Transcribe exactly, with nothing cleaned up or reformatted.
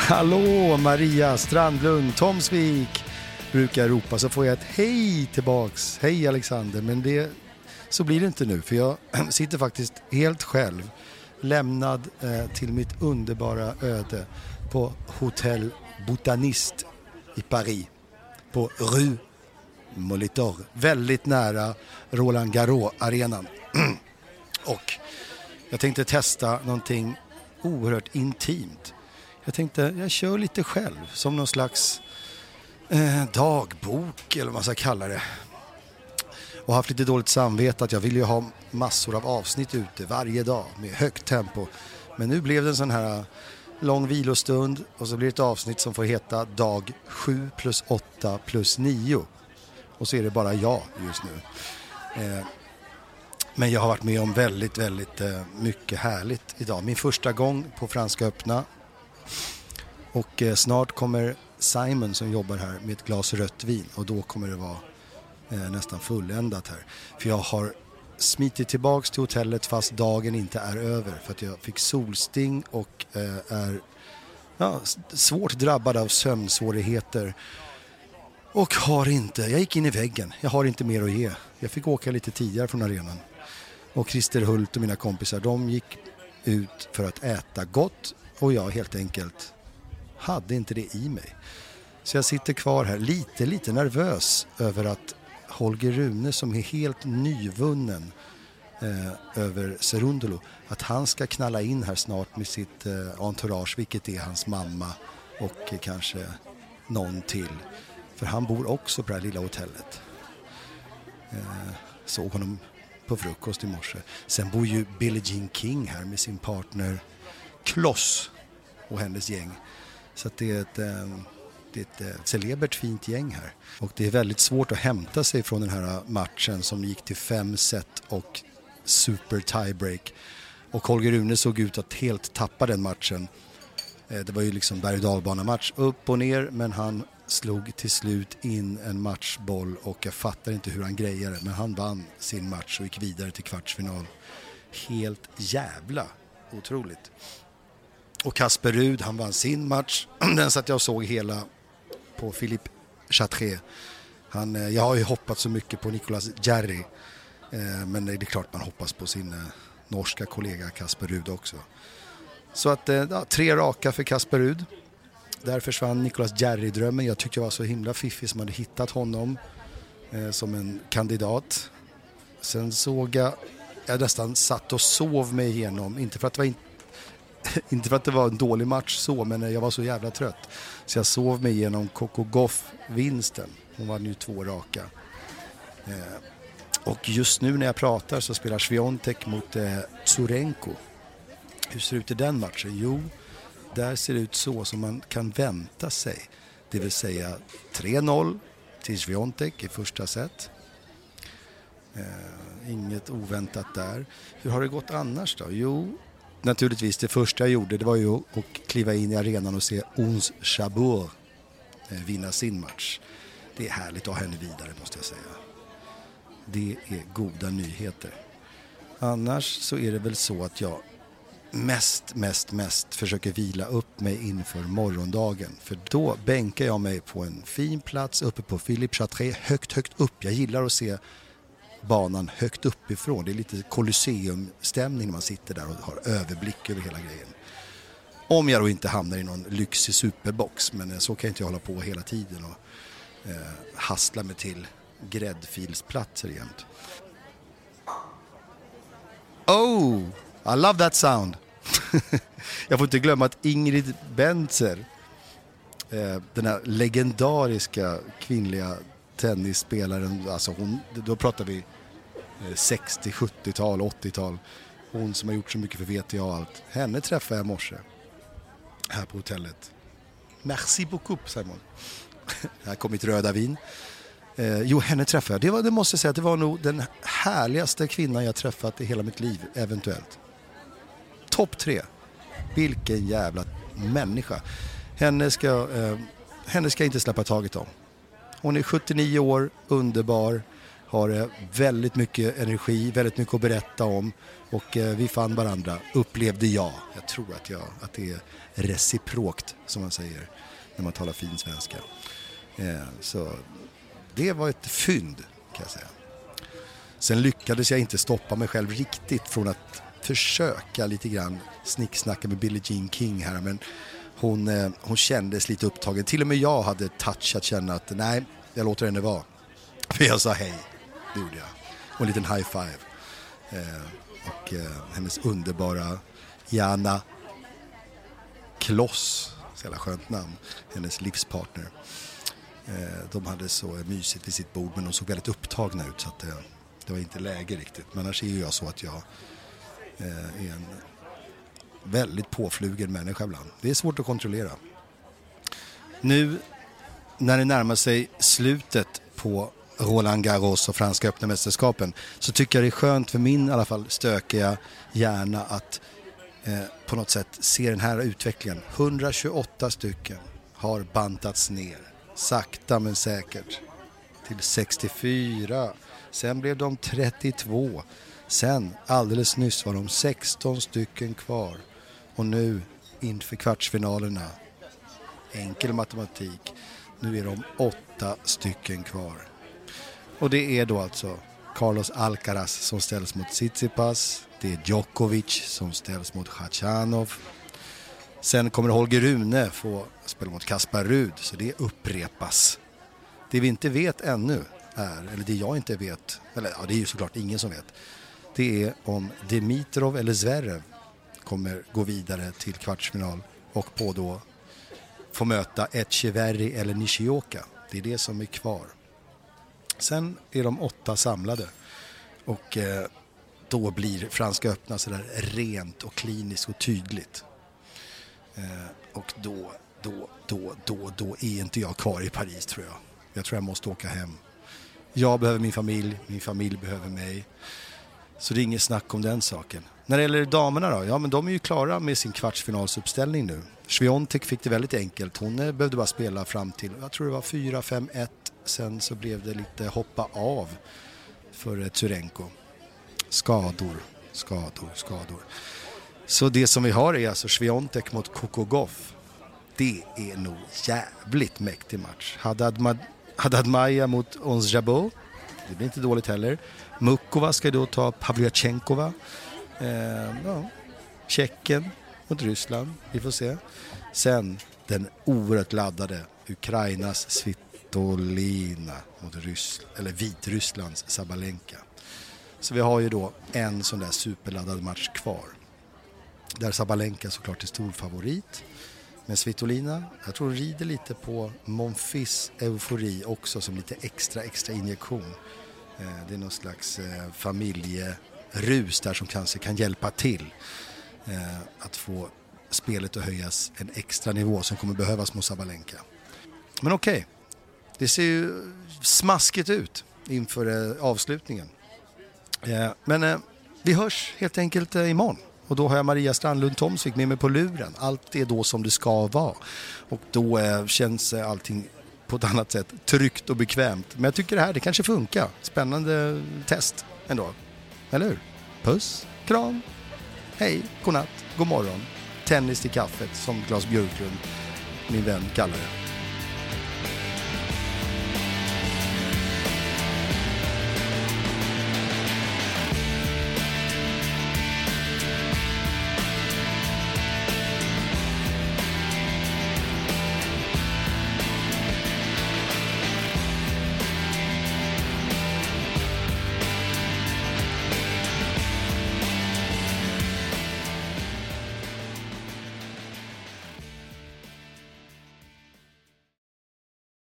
Hallå Maria Strandlund, Tomsvik brukar ropa, så får jag ett hej tillbaks. Hej Alexander, men det, så blir det inte nu, för jag sitter faktiskt helt själv, lämnad eh, till mitt underbara öde på Hotell Botaniste i Paris, på Rue Molitor, väldigt nära Roland Garros-arenan. Och jag tänkte testa någonting oerhört intimt. Jag tänkte, jag kör lite själv som någon slags eh, dagbok eller vad man ska kalla det. Och haft lite dåligt samvete att jag vill ju ha massor av avsnitt ute varje dag med högt tempo. Men nu blev det en sån här lång vilostund och så blir det ett avsnitt som får heta dag sju plus åtta plus nio. Och så är det bara jag just nu. Eh, men jag har varit med om väldigt, väldigt eh, mycket härligt idag. Min första gång på Franska öppna. Och eh, snart kommer Simon som jobbar här med ett glas rött vin. Och då kommer det vara eh, nästan fulländat här. För jag har smitit tillbaks till hotellet fast dagen inte är över. För att jag fick solsting och eh, är ja, svårt drabbad av sömnsvårigheter. Och har inte, jag gick in i väggen. Jag har inte mer att ge. Jag fick åka lite tidigare från arenan. Och Christer Hult och mina kompisar, de gick ut för att äta gott. Och jag helt enkelt hade inte det i mig. Så jag sitter kvar här lite, lite nervös över att Holger Rune som är helt nyvunnen eh, över Cerundolo, att han ska knalla in här snart med sitt eh, entourage, vilket är hans mamma och eh, kanske någon till. För han bor också på det här lilla hotellet. Eh, såg honom på frukost i morse. Sen bor ju Billie Jean King här med sin partner Kloss och hennes gäng. Så att det är ett, eh, det är ett celebert fint gäng här. Och det är väldigt svårt att hämta sig från den här matchen som gick till fem set och super tiebreak. Och Holger Rune såg ut att helt tappa den matchen. Eh, det var ju liksom berg- och dalbana-match upp och ner, men han slog till slut in en matchboll och jag fattar inte hur han grejade, men han vann sin match och gick vidare till kvartsfinal. Helt jävla otroligt. Och Casper Ruud, han vann sin match. Den satt jag och såg hela på Philippe Chatrier. Han, jag har ju hoppat så mycket på Nicolas Jarry, men det är klart man hoppas på sin norska kollega Casper Ruud också. Så att ja, tre raka för Casper Ruud. Där försvann Nicolas Jarry-drömmen. Jag tyckte jag var så himla fiffig som hade hittat honom eh, som en kandidat. Sen såg jag, jag nästan satt och sov mig igenom. Inte för att det var, in, inte för att det var en dålig match så, men jag var så jävla trött. Så jag sov mig igenom Coco Gauff-vinsten. Hon var nu två raka. Eh, och just nu när jag pratar så spelar Swiatek mot eh, Tsurenko. Hur ser det ut i den matchen? Jo, där ser det ut så som man kan vänta sig. Det vill säga tre noll till Swiatek i första set. Eh, inget oväntat där. Hur har det gått annars då? Jo, naturligtvis det första jag gjorde det var ju att kliva in i arenan och se Ons Jabeur eh, vinna sin match. Det är härligt att ha henne vidare, måste jag säga. Det är goda nyheter. Annars så är det väl så att jag mest, mest, mest försöker vila upp mig inför morgondagen. För då bänkar jag mig på en fin plats uppe på Philippe Chatrier, högt, högt upp. Jag gillar att se banan högt uppifrån. Det är lite Colosseum-stämning när man sitter där och har överblick över hela grejen. Om jag då inte hamnar i någon lyxig superbox, men så kan jag inte hålla på hela tiden och eh, hassla mig till gräddfilsplatser jämt. Oh, I love that sound. Jag får inte glömma att Ingrid Bentzer, eh, den här legendariska kvinnliga tennisspelaren, alltså hon, då pratar vi eh, sextio, sjuttiotal, åttiotal. Hon som har gjort så mycket för V T A och allt. Henne träffade jag i morse här på hotellet. Merci beaucoup, Simon. Här kom mitt röda vin. Eh, jo, henne träffade jag. Det, var, det måste jag säga att det var nog den härligaste kvinnan jag träffat i hela mitt liv, eventuellt. Topp tre. Vilken jävla människa. Henne ska, eh, henne ska inte släppa taget om. Hon är sjuttionio år, underbar. har eh, väldigt mycket energi, väldigt mycket att berätta om och eh, vi fann varandra, upplevde jag. Jag tror att, jag, att det är reciprokt som man säger när man talar fin svenska. Eh, så det var ett fynd kan jag säga. Sen lyckades jag inte stoppa mig själv riktigt från att försöka lite grann snicksnacka med Billie Jean King här, men hon, eh, hon kändes lite upptagen. Till och med jag hade touch att känna att nej, jag låter henne vara. För jag sa hej, det gjorde jag. Och en liten high five. Eh, och eh, hennes underbara Jana Kloss, så jävla skönt namn, hennes livspartner. Eh, de hade så mysigt vid sitt bord, men de såg väldigt upptagna ut så att eh, det var inte läge riktigt. Men annars är ju jag så att jag eh, är en väldigt påflugen människa ibland. Det är svårt att kontrollera. Nu när det närmar sig slutet på Roland Garros och franska öppna mästerskapen så tycker jag det är skönt för min i alla fall stökiga hjärna att eh, på något sätt se den här utvecklingen. hundratjugoåtta stycken har bantats ner sakta men säkert till sextiofyra. Sen blev de trettiotvå. Sen alldeles nyss var de sexton stycken kvar. Och nu inför kvartsfinalerna, enkel matematik, nu är de åtta stycken kvar. Och det är då alltså Carlos Alcaraz som ställs mot Tsitsipas. Det är Djokovic som ställs mot Khachanov. Sen kommer Holger Rune få spela mot Kaspar Ruud, så det upprepas. Det vi inte vet ännu är, eller det jag inte vet, eller ja, det är ju såklart ingen som vet, det är om Dimitrov eller Zverev kommer gå vidare till kvartsfinal och på då få möta Etcheverry eller Nishioka. Det är det som är kvar. Sen är de åtta samlade och eh, då blir franska öppna så där rent och kliniskt och tydligt. Eh, och då, då, då, då, då är inte jag kvar i Paris tror jag. Jag tror jag måste åka hem. Jag behöver min familj, min familj behöver mig. Så det är inget snack om den saken. När det gäller damerna då, ja men de är ju klara med sin kvartsfinalsuppställning nu. Swiatek fick det väldigt enkelt. Hon behövde bara spela fram till, jag tror det var fyra fem ett. Sen så blev det lite hoppa av för Tsurenko. Skador, skador, skador. Så det som vi har är alltså Swiatek mot Coco Gauff. Det är nog jävligt mäktig match. Haddad, Mad- Haddad Maia mot Ons Jabeur. Det blir inte dåligt heller. Mukova ska då ta Pavlyuchenkova. Eh, ja. Tjeckien mot Ryssland. Vi får se. Sen den oerhört laddade Ukrainas Svitolina mot Ryss- eller Vitrysslands Sabalenka. Så vi har ju då en sån där superladdad match kvar. Där Sabalenka såklart är stor favorit. Men Svitolina, jag tror rider lite på Monfils eufori också som lite extra extra injektion. Det är någon slags familjerus där som kanske kan hjälpa till att få spelet att höjas en extra nivå som kommer behövas mot Sabalenka. Men okej, okay. Det ser ju smaskigt ut inför avslutningen. Men vi hörs helt enkelt imorgon. Och då har jag Maria Strandlund Tomsvik med mig på luren. Allt är då som det ska vara. Och då eh, känns allting på ett annat sätt tryggt och bekvämt. Men jag tycker det här, det kanske funkar. Spännande test ändå. Eller hur? Puss, kram, hej, godnatt, god morgon. Tennis till kaffet som Claes Björklund, min vän, kallar det.